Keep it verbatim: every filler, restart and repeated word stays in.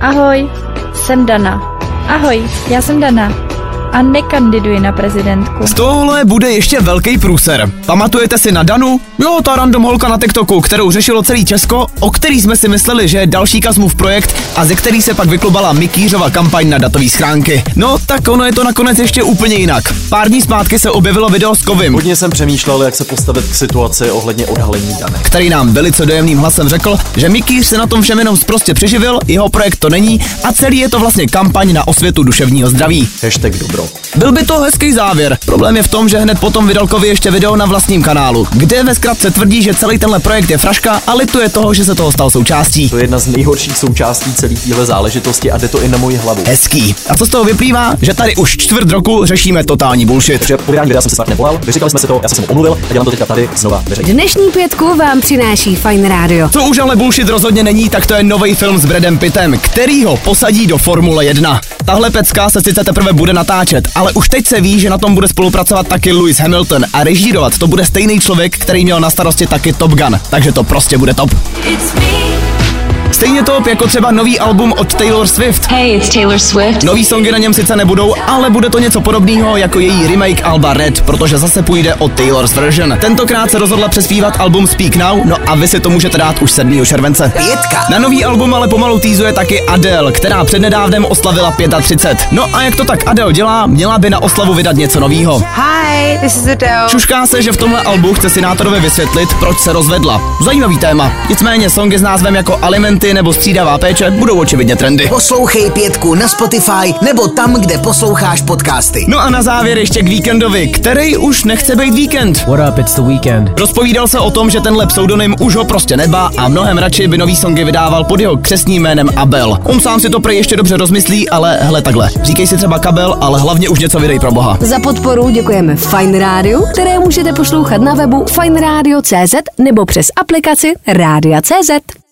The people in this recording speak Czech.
Ahoj, jsem Dana. Ahoj, já jsem Dana. A nekandiduji na prezidentku. Z tohle bude ještě velký průser. Pamatujete si na Danu? Jo, ta random holka na TikToku, kterou řešilo celý Česko, o který jsme si mysleli, že je další Kazmův projekt a ze který se pak vyklubala Mikýřova kampaň na datový schránky. No, tak ono je to nakonec ještě úplně jinak. Pár dní zpátky se objevilo video s Kovim. Hodně jsem přemýšlel, jak se postavit k situaci ohledně odhalení Dany. Který nám velice dojemným hlasem řekl, že Mikýř se na tom všem jenom sprostě přeživil, jeho projekt to není a celý je to vlastně kampaň na osvětu duševního zdraví. Hashtag dobro. Byl by to hezký závěr. Problém je v tom, že hned potom vydal Kovy ještě video na vlastním kanálu, kde ve zkratce tvrdí, že celý tenhle projekt je fraška a lituje toho, že se toho stal součástí. To je jedna z nejhorších součástí celé téhle záležitosti a jde to i na moji hlavu. Hezký. A co z toho vyplývá? Že tady už čtvrt roku řešíme totální bullshit. Takže po vydání videa jsem se snad nevolal, vyříkali jsme si to, já jsem se mu omluvil a dělám to teďka tady znova veřejně. Dnešní pětku vám přináší Fajn rádio. Co už ale bullshit rozhodně není, tak to je nový film s Bradem Pittem, který ho posadí do Formule jedna. Tahle pecka se sice teprve bude natáčet, ale už teď se ví, že na tom bude spolupracovat taky Lewis Hamilton a režírovat to bude stejný člověk, který měl na starosti taky Top Gun, takže to prostě bude top. Stejně top jako třeba nový album od Taylor Swift. Hey, it's Taylor Swift. Nový songy na něm sice nebudou, ale bude to něco podobného jako její remake alba Red, protože zase půjde o Taylor's version. Tentokrát se rozhodla přespívat album Speak Now, no a vy si to můžete dát už sedmého července. Pětka. Na nový album ale pomalu týzuje taky Adele, která přednedávnem oslavila třicet pět. No a jak to tak Adele dělá, měla by na oslavu vydat něco novýho. Hi, this is Adele. Šušká se, že v tomhle albu chce senátorovi vysvětlit, proč se rozvedla. Zajímavý téma. Nicméně songy s názvem jako Alimenty nebo Střídavá péče budou očividně trendy. Poslouchej Pětku na Spotify nebo tam, kde posloucháš podcasty. No a na závěr ještě k víkendovi, který už nechce být víkend. What up, it's the weekend. Rozpovídal se o tom, že tenhle pseudonym už ho prostě nebá a mnohem radši by nový songy vydával pod jeho křestním jménem Abel. On sám si to prej ještě dobře rozmyslí, ale hele takhle. Říkej si třeba Kabel, ale hlavně už něco vydej pro boha. Za podporu děkujeme Fajn rádiu, které můžete poslouchat na webu fajn rádio tečka cé zet nebo přes aplikaci Rádia tečka cé zet.